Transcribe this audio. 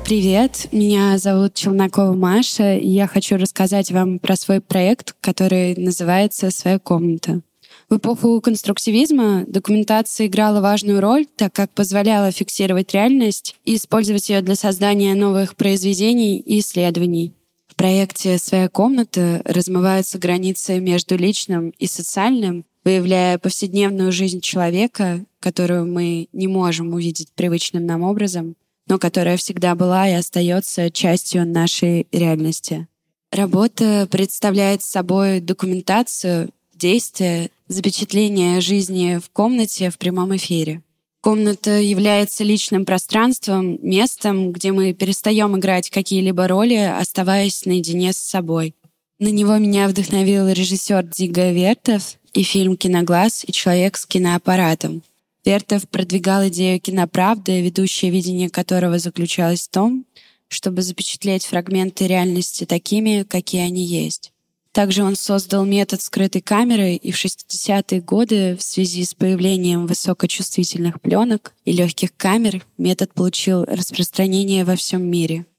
Привет, меня зовут Челнокова Маша, и я хочу рассказать вам про свой проект, который называется «Своя комната». В эпоху конструктивизма документация играла важную роль, так как позволяла фиксировать реальность и использовать ее для создания новых произведений и исследований. В проекте «Своя комната» размываются границы между личным и социальным, выявляя повседневную жизнь человека, которую мы не можем увидеть привычным нам образом, но которая всегда была и остается частью нашей реальности. Работа представляет собой документацию, действия, запечатление жизни в комнате в прямом эфире. Комната является личным пространством, местом, где мы перестаем играть какие-либо роли, оставаясь наедине с собой. На него меня вдохновил режиссер Дзига Вертов и фильм «Киноглаз» и «Человек с киноаппаратом». Вертов продвигал идею киноправды, ведущее видение которого заключалось в том, чтобы запечатлеть фрагменты реальности такими, какие они есть. Также он создал метод скрытой камеры, и в 60-е годы в связи с появлением высокочувствительных пленок и легких камер метод получил распространение во всем мире.